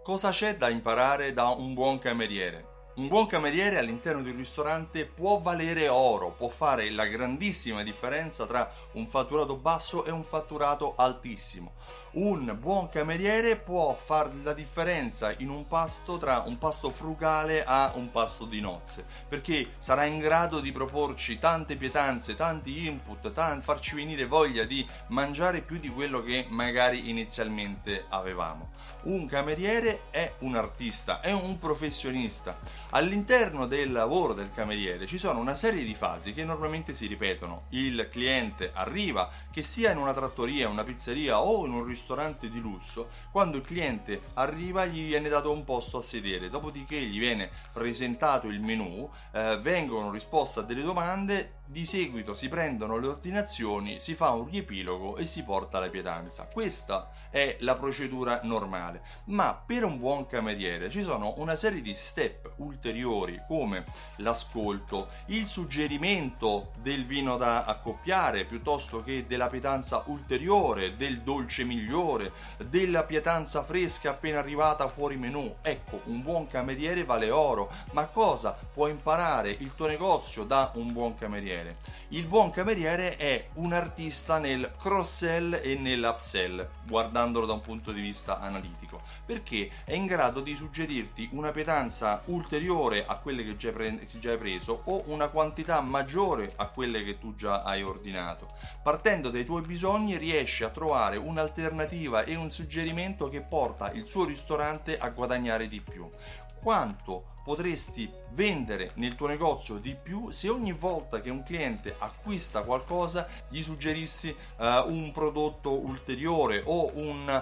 Cosa c'è da imparare da un buon cameriere? Un buon cameriere all'interno di un ristorante può valere oro, può fare la grandissima differenza tra un fatturato basso e un fatturato altissimo. Un buon cameriere può fare la differenza in un pasto tra un pasto frugale a un pasto di nozze, perché sarà in grado di proporci tante pietanze, tanti input, farci venire voglia di mangiare più di quello che magari inizialmente avevamo. Un cameriere è un artista, è un professionista. All'interno del lavoro del cameriere ci sono una serie di fasi che normalmente si ripetono. Il cliente arriva, che sia in una trattoria, una pizzeria o in un ristorante di lusso. Quando il cliente arriva gli viene dato un posto a sedere, dopodiché gli viene presentato il menù, vengono risposte a delle domande, di seguito si prendono le ordinazioni, si fa un riepilogo e si porta la pietanza. Questa è la procedura normale, ma per un buon cameriere ci sono una serie di step ulteriori come l'ascolto, il suggerimento del vino da accoppiare piuttosto che della pietanza ulteriore, del dolce migliore, della pietanza fresca appena arrivata fuori menù. Ecco, un buon cameriere vale oro. Ma cosa può imparare il tuo negozio da un buon cameriere? Il buon cameriere è un artista nel cross-sell e nell'upsell, guardandolo da un punto di vista analitico, perché è in grado di suggerirti una pietanza ulteriore a quelle che già hai preso o una quantità maggiore a quelle che tu già hai ordinato. Partendo dai tuoi bisogni riesce a trovare un'alternativa e un suggerimento che porta il suo ristorante a guadagnare di più. Quanto potresti vendere nel tuo negozio di più se ogni volta che un cliente acquista qualcosa gli suggerissi un prodotto ulteriore o un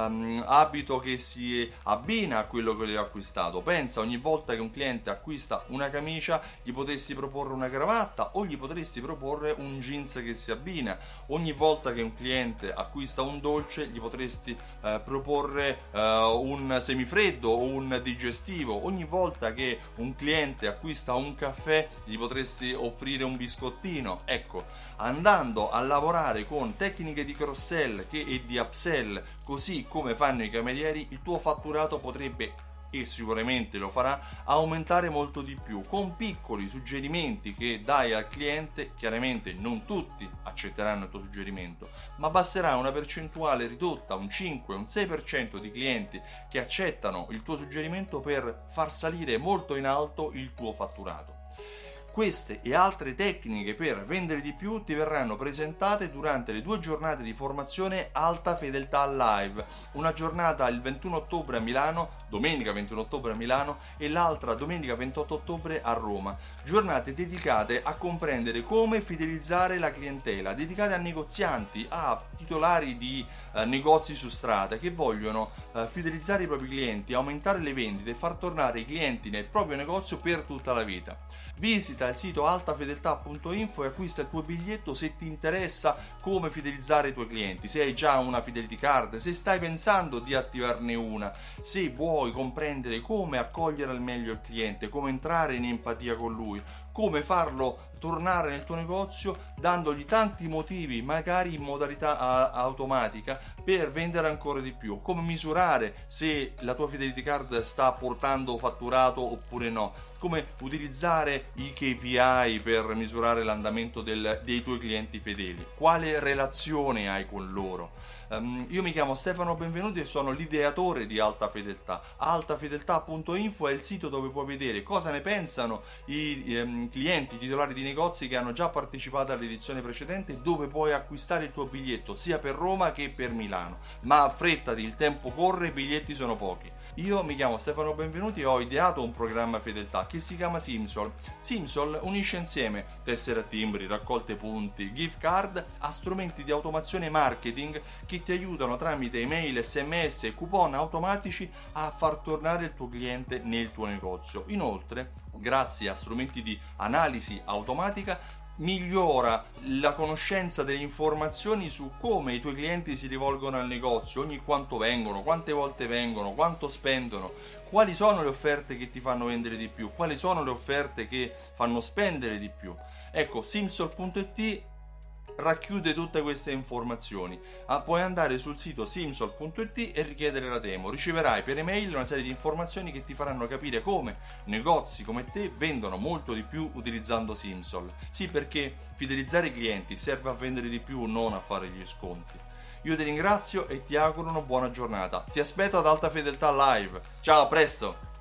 abito che si abbina a quello che lui ha acquistato? Pensa, ogni volta che un cliente acquista una camicia gli potresti proporre una cravatta o gli potresti proporre un jeans che si abbina. Ogni volta che un cliente acquista un dolce gli potresti proporre un semifreddo o un digestivo. Ogni volta che un cliente acquista un caffè gli potresti offrire un biscottino. Ecco, andando a lavorare con tecniche di cross-sell e di upsell, così come fanno i camerieri, il tuo fatturato potrebbe, e sicuramente lo farà, aumentare molto di più con piccoli suggerimenti che dai al cliente. Chiaramente non tutti accetteranno il tuo suggerimento, ma basterà una percentuale ridotta, un 5, un 6% di clienti che accettano il tuo suggerimento per far salire molto in alto il tuo fatturato. Queste e altre tecniche per vendere di più ti verranno presentate durante le 2 giornate di formazione Alta Fedeltà Live, una giornata il 21 ottobre a Milano, domenica 21 ottobre a Milano, e l'altra domenica 28 ottobre a Roma. Giornate dedicate a comprendere come fidelizzare la clientela, dedicate a negozianti, a titolari di negozi su strada che vogliono fidelizzare i propri clienti, aumentare le vendite e far tornare i clienti nel proprio negozio per tutta la vita. Visita il sito altafedeltà.info e acquista il tuo biglietto se ti interessa come fidelizzare i tuoi clienti, se hai già una Fidelity Card, se stai pensando di attivarne una, se vuoi comprendere come accogliere al meglio il cliente, come entrare in empatia con lui, come farlo tornare nel tuo negozio dandogli tanti motivi, magari in modalità automatica, per vendere ancora di più, come misurare se la tua Fidelity Card sta portando fatturato oppure no, come utilizzare i KPI per misurare l'andamento dei tuoi clienti fedeli, quale relazione hai con loro. Io mi chiamo Stefano Benvenuti e sono l'ideatore di Alta Fedeltà. Altafedeltà.info è il sito dove puoi vedere cosa ne pensano i clienti, i titolari di negozi che hanno già partecipato all'edizione precedente, dove puoi acquistare il tuo biglietto sia per Roma che per Milano. Ma affrettati, il tempo corre, i biglietti sono pochi. Io mi chiamo Stefano Benvenuti e ho ideato un programma fedeltà che si chiama Simsol. Simsol unisce insieme tessere a timbri, raccolte punti, gift card a strumenti di automazione marketing che ti aiutano tramite email, sms e coupon automatici a far tornare il tuo cliente nel tuo negozio. Inoltre, grazie a strumenti di analisi automatica, migliora la conoscenza delle informazioni su come i tuoi clienti si rivolgono al negozio, ogni quanto vengono, quante volte vengono, quanto spendono, quali sono le offerte che ti fanno vendere di più, quali sono le offerte che fanno spendere di più. Ecco, simsol.it racchiude tutte queste informazioni. Puoi andare sul sito simsol.it e richiedere la demo. Riceverai per email una serie di informazioni che ti faranno capire come negozi come te vendono molto di più utilizzando Simsol. Sì, perché fidelizzare i clienti serve a vendere di più, non a fare gli sconti. Io ti ringrazio e ti auguro una buona giornata. Ti aspetto ad Alta Fedeltà Live. Ciao, a presto!